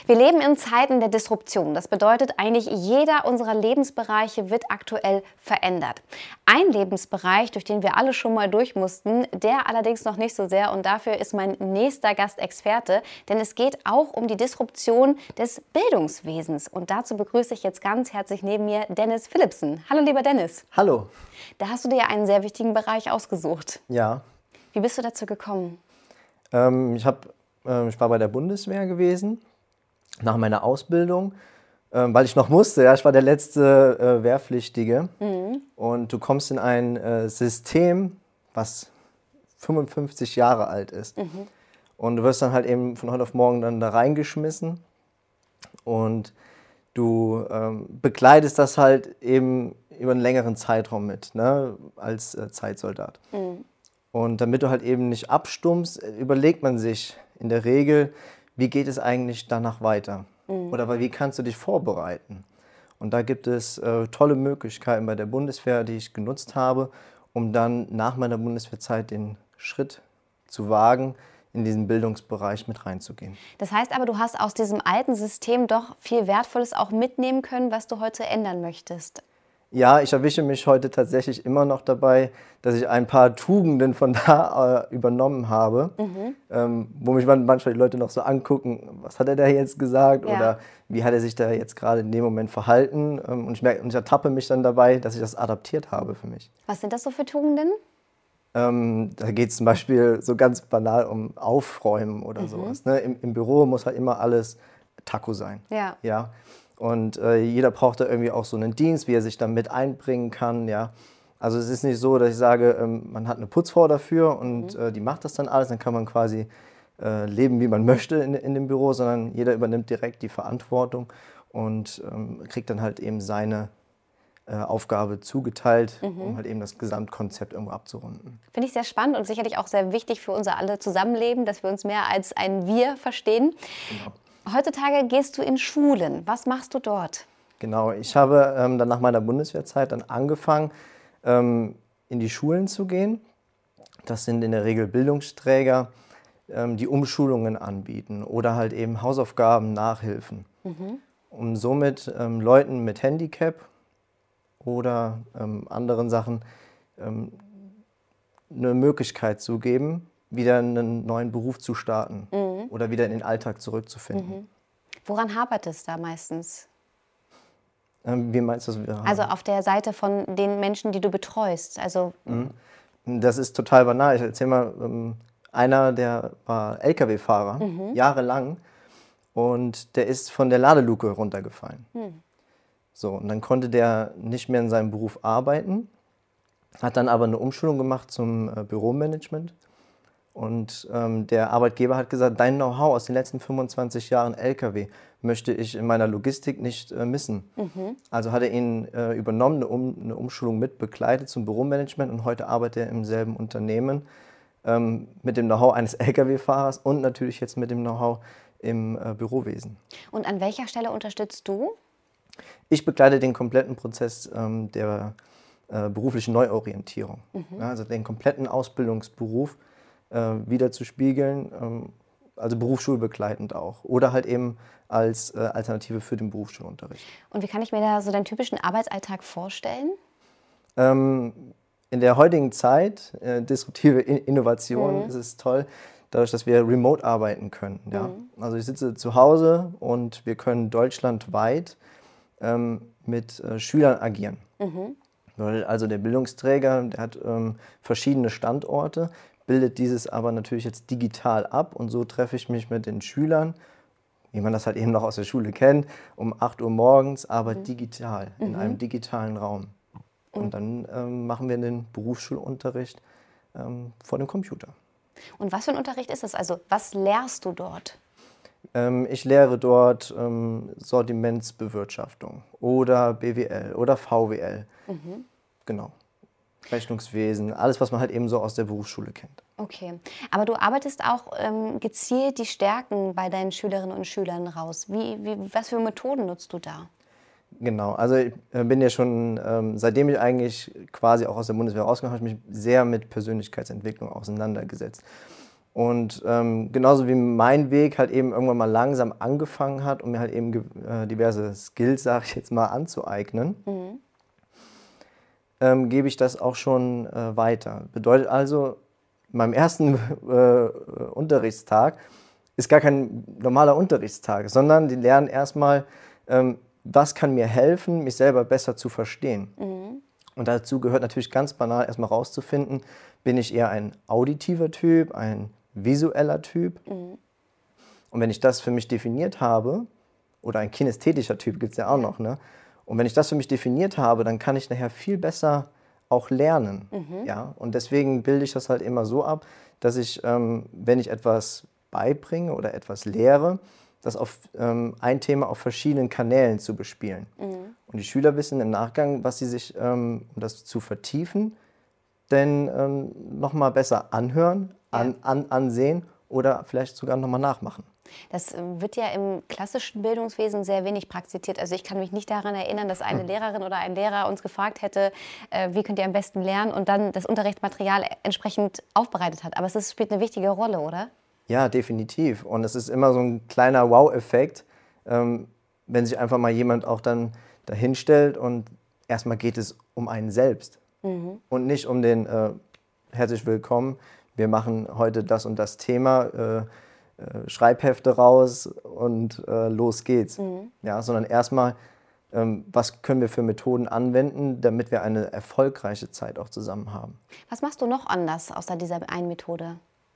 Wir leben in Zeiten der Disruption. Das bedeutet, eigentlich jeder unserer Lebensbereiche wird aktuell verändert. Ein Lebensbereich, durch den wir alle schon mal durch mussten, der allerdings noch nicht so sehr. Und dafür ist mein nächster Gast Experte, denn es geht auch um die Disruption des Bildungswesens. Und dazu begrüße ich jetzt ganz herzlich neben mir Dennis Philipsen. Hallo lieber Dennis. Hallo. Da hast du dir einen sehr wichtigen Bereich ausgesucht. Ja. Wie bist du dazu gekommen? Ich war bei der Bundeswehr gewesen, nach meiner Ausbildung, weil ich noch musste. Ja, ich war der letzte Wehrpflichtige. Und du kommst in ein System, was 55 Jahre alt ist. Und du wirst dann halt eben von heute auf morgen dann da reingeschmissen. Und du begleitest das halt eben über einen längeren Zeitraum mit, ne, als Zeitsoldat. Und damit du halt eben nicht abstumpfst, überlegt man sich in der Regel, wie geht es eigentlich danach weiter? Oder wie kannst du dich vorbereiten? Und da gibt es tolle Möglichkeiten bei der Bundeswehr, die ich genutzt habe, um dann nach meiner Bundeswehrzeit den Schritt zu wagen, in diesen Bildungsbereich mit reinzugehen. Das heißt aber, du hast aus diesem alten System doch viel Wertvolles auch mitnehmen können, was du heute ändern möchtest. Ja, ich erwische mich heute tatsächlich immer noch dabei, dass ich ein paar Tugenden von da übernommen habe, wo mich manchmal die Leute noch so angucken, was hat er da jetzt gesagt oder wie hat er sich da jetzt gerade in dem Moment verhalten. Und ich ertappe mich dann dabei, dass ich das adaptiert habe für mich. Was sind das so für Tugenden? Da geht es zum Beispiel so ganz banal um Aufräumen oder sowas. Ne? Im Büro muss halt immer alles Taco sein. Ja? Und jeder braucht da irgendwie auch so einen Dienst, wie er sich da mit einbringen kann. Ja? Also es ist nicht so, dass ich sage, man hat eine Putzfrau dafür und die macht das dann alles. Dann kann man quasi leben, wie man möchte in dem Büro, sondern jeder übernimmt direkt die Verantwortung und kriegt dann halt eben seine Aufgabe zugeteilt, um halt eben das Gesamtkonzept irgendwo abzurunden. Finde ich sehr spannend und sicherlich auch sehr wichtig für unser alle Zusammenleben, dass wir uns mehr als ein Wir verstehen. Genau. Heutzutage gehst du in Schulen. Was machst du dort? Genau, ich habe dann nach meiner Bundeswehrzeit dann angefangen, in die Schulen zu gehen. Das sind in der Regel Bildungsträger, die Umschulungen anbieten oder halt eben Hausaufgaben, Nachhilfen. Um somit Leuten mit Handicap oder anderen Sachen eine Möglichkeit zu geben, wieder einen neuen Beruf zu starten oder wieder in den Alltag zurückzufinden. Woran hapert es da meistens? Wie meinst du das? Also auf der Seite von den Menschen, die du betreust. Also Das ist total banal. Ich erzähle mal, einer, der war LKW-Fahrer, jahrelang, und der ist von der Ladeluke runtergefallen. So, und dann konnte der nicht mehr in seinem Beruf arbeiten, hat dann aber eine Umschulung gemacht zum Büromanagement. Und der Arbeitgeber hat gesagt, dein Know-how aus den letzten 25 Jahren LKW möchte ich in meiner Logistik nicht missen. Also hat er ihn übernommen, eine Umschulung mit begleitet zum Büromanagement, und heute arbeitet er im selben Unternehmen mit dem Know-how eines LKW-Fahrers und natürlich jetzt mit dem Know-how im Bürowesen. Und an welcher Stelle unterstützt du? Ich begleite den kompletten Prozess der beruflichen Neuorientierung. Ja, also den kompletten Ausbildungsberuf wieder zu spiegeln, also berufsschulbegleitend auch oder halt eben als Alternative für den Berufsschulunterricht. Und wie kann ich mir da so deinen typischen Arbeitsalltag vorstellen? In der heutigen Zeit, disruptive Innovation, ist es toll, dadurch, dass wir remote arbeiten können. Ja? Also ich sitze zu Hause und wir können deutschlandweit mit Schülern agieren. Weil also der Bildungsträger, der hat verschiedene Standorte, bildet dieses aber natürlich jetzt digital ab, und so treffe ich mich mit den Schülern, wie man das halt eben noch aus der Schule kennt, um 8 Uhr morgens, aber digital, in einem digitalen Raum. Und dann machen wir den Berufsschulunterricht vor dem Computer. Und was für ein Unterricht ist das? Also was lehrst du dort? Ich lehre dort Sortimentsbewirtschaftung oder BWL oder VWL. Genau. Rechnungswesen, alles, was man halt eben so aus der Berufsschule kennt. Okay, aber du arbeitest auch gezielt die Stärken bei deinen Schülerinnen und Schülern raus. Was für Methoden nutzt du da? Genau, also ich bin ja schon, seitdem ich eigentlich quasi auch aus der Bundeswehr rausgekommen habe, ich mich sehr mit Persönlichkeitsentwicklung auseinandergesetzt. Und genauso wie mein Weg halt eben irgendwann mal langsam angefangen hat, um mir halt eben diverse Skills, sage ich jetzt mal, anzueignen, gebe ich das auch schon weiter. Bedeutet also, in meinem ersten Unterrichtstag ist gar kein normaler Unterrichtstag, sondern die lernen erstmal, was kann mir helfen, mich selber besser zu verstehen. Und dazu gehört natürlich ganz banal erstmal rauszufinden, bin ich eher ein auditiver Typ, ein visueller Typ. Und wenn ich das für mich definiert habe, oder ein kinästhetischer Typ gibt es ja auch noch, ne? Und wenn ich das für mich definiert habe, dann kann ich nachher viel besser auch lernen. Ja? Und deswegen bilde ich das halt immer so ab, dass ich, wenn ich etwas beibringe oder etwas lehre, das auf ein Thema auf verschiedenen Kanälen zu bespielen. Und die Schüler wissen im Nachgang, was sie sich, um das zu vertiefen, denn nochmal besser anhören, ansehen oder vielleicht sogar nochmal nachmachen. Das wird ja im klassischen Bildungswesen sehr wenig praktiziert. Also ich kann mich nicht daran erinnern, dass eine Lehrerin oder ein Lehrer uns gefragt hätte, wie könnt ihr am besten lernen und dann das Unterrichtsmaterial entsprechend aufbereitet hat. Aber es spielt eine wichtige Rolle, oder? Ja, definitiv. Und es ist immer so ein kleiner Wow-Effekt, wenn sich einfach mal jemand auch dann dahinstellt und erstmal geht es um einen selbst und nicht um den herzlich willkommen, wir machen heute das und das Thema, Schreibhefte raus und los geht's. Ja, sondern erstmal, was können wir für Methoden anwenden, damit wir eine erfolgreiche Zeit auch zusammen haben. Was machst du noch anders außer dieser einen Methode?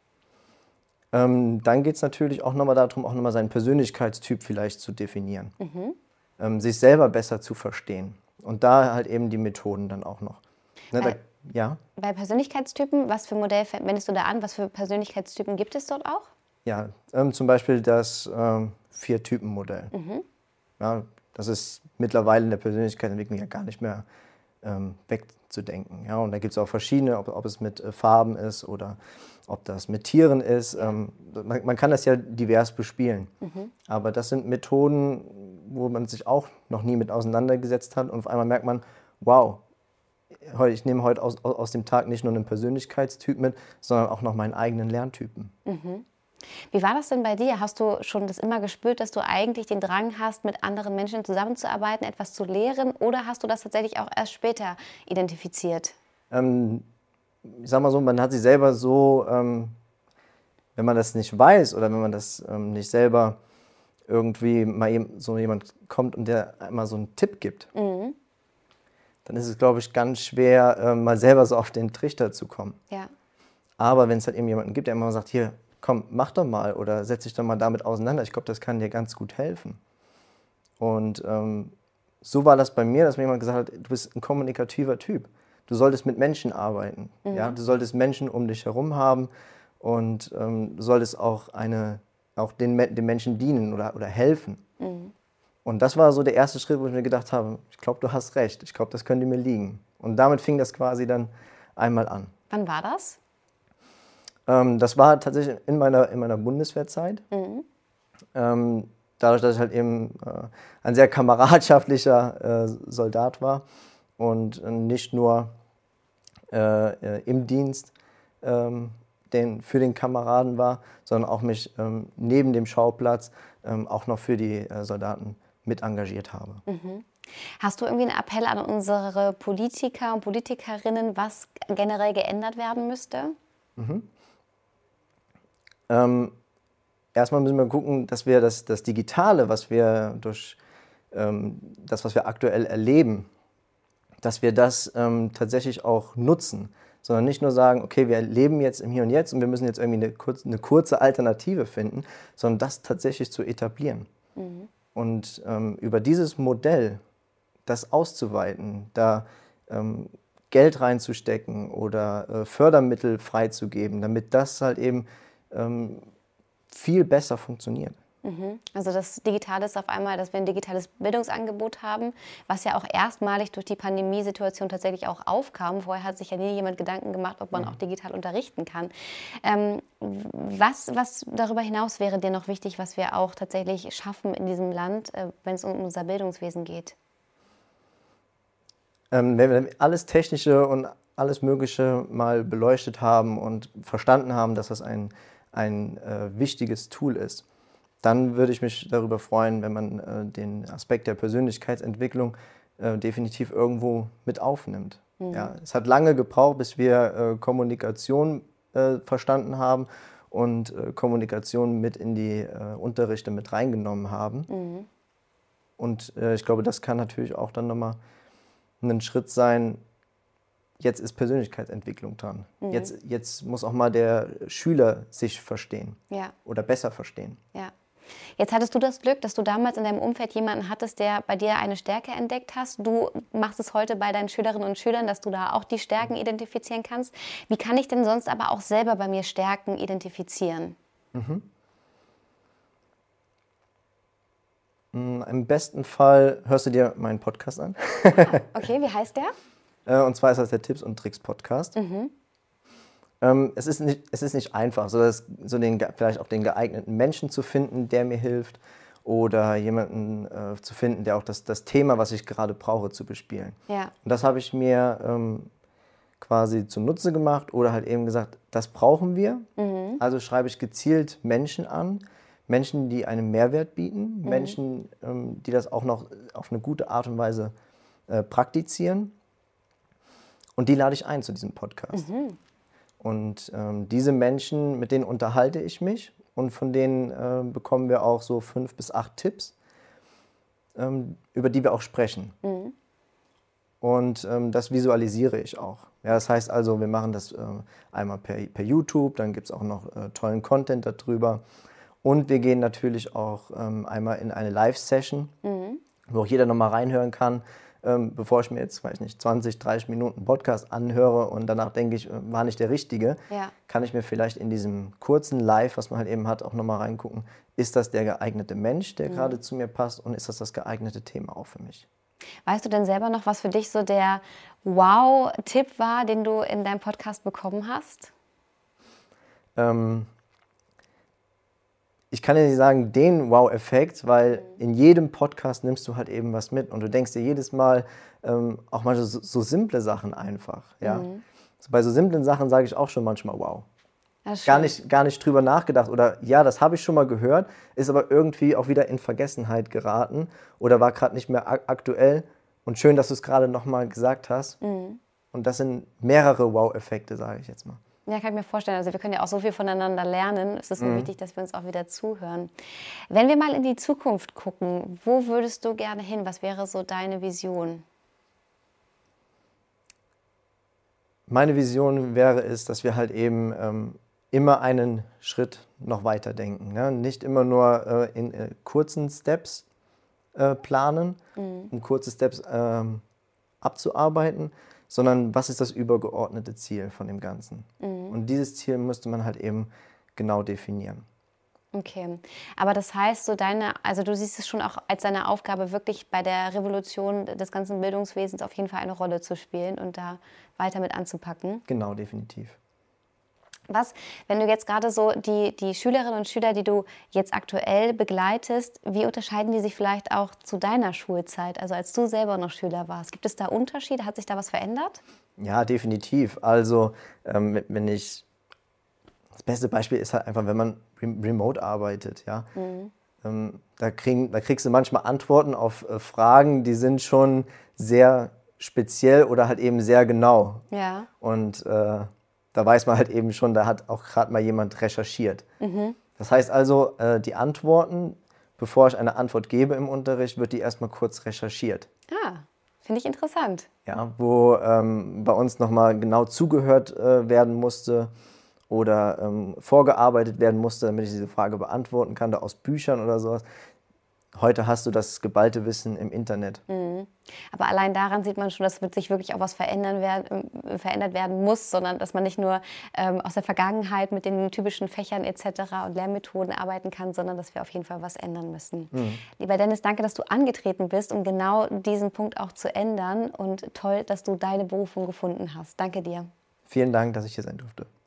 Dann geht es natürlich auch nochmal darum, auch nochmal seinen Persönlichkeitstyp vielleicht zu definieren. Sich selber besser zu verstehen. Und da halt eben die Methoden dann auch noch. Ne, ja? Bei Persönlichkeitstypen, was für Modell wendest du da an? Was für Persönlichkeitstypen gibt es dort auch? Ja, zum Beispiel das 4-Typen-Modell. Ja, das ist mittlerweile in der Persönlichkeitsentwicklung ja gar nicht mehr wegzudenken. Ja, und da gibt es auch verschiedene, ob es mit Farben ist oder ob das mit Tieren ist. Man kann das ja divers bespielen. Aber das sind Methoden, wo man sich auch noch nie mit auseinandergesetzt hat. Und auf einmal merkt man, wow, ich nehme heute aus dem Tag nicht nur einen Persönlichkeitstyp mit, sondern auch noch meinen eigenen Lerntypen. Wie war das denn bei dir? Hast du schon das immer gespürt, dass du eigentlich den Drang hast, mit anderen Menschen zusammenzuarbeiten, etwas zu lehren? Oder hast du das tatsächlich auch erst später identifiziert? Ich sag mal so, man hat sich selber so, wenn man das nicht weiß oder wenn man das nicht selber irgendwie mal so jemand kommt und der einmal so einen Tipp gibt, dann ist es, glaube ich, ganz schwer, mal selber so auf den Trichter zu kommen. Ja. Aber wenn es halt eben jemanden gibt, der immer sagt, hier, komm, mach doch mal oder setz dich doch mal damit auseinander, ich glaube, das kann dir ganz gut helfen. Und so war das bei mir, dass mir jemand gesagt hat, du bist ein kommunikativer Typ. Du solltest mit Menschen arbeiten. Ja? Du solltest Menschen um dich herum haben und du solltest auch den Menschen dienen oder helfen. Und das war so der erste Schritt, wo ich mir gedacht habe, ich glaube, du hast recht, ich glaube, das könnte mir liegen. Und damit fing das quasi dann einmal an. Wann war das? Das war tatsächlich in meiner Bundeswehrzeit. Dadurch, dass ich halt eben ein sehr kameradschaftlicher Soldat war und nicht nur im Dienst für den Kameraden war, sondern auch mich neben dem Schauplatz auch noch für die Soldaten mit engagiert habe. Hast du irgendwie einen Appell an unsere Politiker und Politikerinnen, was generell geändert werden müsste? Erstmal müssen wir gucken, dass wir das Digitale, was wir durch was wir aktuell erleben, dass wir das tatsächlich auch nutzen, sondern nicht nur sagen, okay, wir leben jetzt im Hier und Jetzt und wir müssen jetzt irgendwie eine kurze Alternative finden, sondern das tatsächlich zu etablieren. Und über dieses Modell, das auszuweiten, da Geld reinzustecken oder Fördermittel freizugeben, damit das halt eben viel besser funktioniert. Also das Digitale ist auf einmal, dass wir ein digitales Bildungsangebot haben, was ja auch erstmalig durch die Pandemiesituation tatsächlich auch aufkam. Vorher hat sich ja nie jemand Gedanken gemacht, ob man auch digital unterrichten kann. Was darüber hinaus wäre dir noch wichtig, was wir auch tatsächlich schaffen in diesem Land, wenn es um unser Bildungswesen geht? Wenn wir alles Technische und alles Mögliche mal beleuchtet haben und verstanden haben, dass das ein ein wichtiges Tool ist, dann würde ich mich darüber freuen, wenn man den Aspekt der Persönlichkeitsentwicklung definitiv irgendwo mit aufnimmt. Ja, es hat lange gebraucht, bis wir Kommunikation verstanden haben und Kommunikation mit in die Unterrichte mit reingenommen haben. Und ich glaube, das kann natürlich auch dann nochmal ein Schritt sein. Jetzt ist Persönlichkeitsentwicklung dran. Jetzt muss auch mal der Schüler sich verstehen oder besser verstehen. Ja. Jetzt hattest du das Glück, dass du damals in deinem Umfeld jemanden hattest, der bei dir eine Stärke entdeckt hast. Du machst es heute bei deinen Schülerinnen und Schülern, dass du da auch die Stärken identifizieren kannst. Wie kann ich denn sonst aber auch selber bei mir Stärken identifizieren? Im besten Fall hörst du dir meinen Podcast an. Okay, wie heißt der? Und zwar ist das der Tipps und Tricks Podcast. Es ist nicht einfach, vielleicht auch den geeigneten Menschen zu finden, der mir hilft, oder jemanden zu finden, der auch das Thema, was ich gerade brauche, zu bespielen. Ja. Und das habe ich mir quasi zunutze gemacht oder halt eben gesagt, das brauchen wir. Also schreibe ich gezielt Menschen an, Menschen, die einen Mehrwert bieten, Menschen, die das auch noch auf eine gute Art und Weise praktizieren. Und die lade ich ein zu diesem Podcast. Und diese Menschen, mit denen unterhalte ich mich und von denen bekommen wir auch so 5 bis 8 Tipps, über die wir auch sprechen. Und das visualisiere ich auch. Ja, das heißt also, wir machen das einmal per YouTube, dann gibt es auch noch tollen Content darüber. Und wir gehen natürlich auch einmal in eine Live-Session, wo auch jeder nochmal reinhören kann, bevor ich mir jetzt, weiß nicht, 20, 30 Minuten Podcast anhöre und danach denke ich, war nicht der Richtige, kann ich mir vielleicht in diesem kurzen Live, was man halt eben hat, auch nochmal reingucken, ist das der geeignete Mensch, der gerade zu mir passt, und ist das geeignete Thema auch für mich. Weißt du denn selber noch, was für dich so der Wow-Tipp war, den du in deinem Podcast bekommen hast? Ich kann ja nicht sagen, den Wow-Effekt, weil in jedem Podcast nimmst du halt eben was mit und du denkst dir jedes Mal auch manchmal so simple Sachen einfach. Ja? So bei so simplen Sachen sage ich auch schon manchmal wow. Gar nicht drüber nachgedacht oder ja, das habe ich schon mal gehört, ist aber irgendwie auch wieder in Vergessenheit geraten oder war gerade nicht mehr aktuell, und schön, dass du es gerade nochmal gesagt hast. Und das sind mehrere Wow-Effekte, sage ich jetzt mal. Ja, kann ich mir vorstellen. Also wir können ja auch so viel voneinander lernen. Es ist nur wichtig, dass wir uns auch wieder zuhören. Wenn wir mal in die Zukunft gucken, wo würdest du gerne hin? Was wäre so deine Vision? Meine Vision wäre es, dass wir halt eben immer einen Schritt noch weiter denken. Ne? Nicht immer nur in kurzen Steps planen, um kurze Steps abzuarbeiten, sondern was ist das übergeordnete Ziel von dem Ganzen? Und dieses Ziel müsste man halt eben genau definieren. Okay, aber das heißt, also du siehst es schon auch als deine Aufgabe, wirklich bei der Revolution des ganzen Bildungswesens auf jeden Fall eine Rolle zu spielen und da weiter mit anzupacken? Genau, definitiv. Was, wenn du jetzt gerade so die Schülerinnen und Schüler, die du jetzt aktuell begleitest, wie unterscheiden die sich vielleicht auch zu deiner Schulzeit, also als du selber noch Schüler warst? Gibt es da Unterschiede? Hat sich da was verändert? Ja, definitiv. Also das beste Beispiel ist halt einfach, wenn man remote arbeitet. Ja? Da kriegst du manchmal Antworten auf Fragen, die sind schon sehr speziell oder halt eben sehr genau. Ja. Und da weiß man halt eben schon, da hat auch gerade mal jemand recherchiert. Das heißt also, die Antworten, bevor ich eine Antwort gebe im Unterricht, wird die erstmal kurz recherchiert. Ah, finde ich interessant. Ja, wo bei uns nochmal genau zugehört werden musste oder vorgearbeitet werden musste, damit ich diese Frage beantworten kann, da aus Büchern oder sowas. Heute hast du das geballte Wissen im Internet. Aber allein daran sieht man schon, dass sich wirklich auch was verändert werden muss, sondern dass man nicht nur aus der Vergangenheit mit den typischen Fächern etc. und Lernmethoden arbeiten kann, sondern dass wir auf jeden Fall was ändern müssen. Lieber Dennis, danke, dass du angetreten bist, um genau diesen Punkt auch zu ändern, und toll, dass du deine Berufung gefunden hast. Danke dir. Vielen Dank, dass ich hier sein durfte.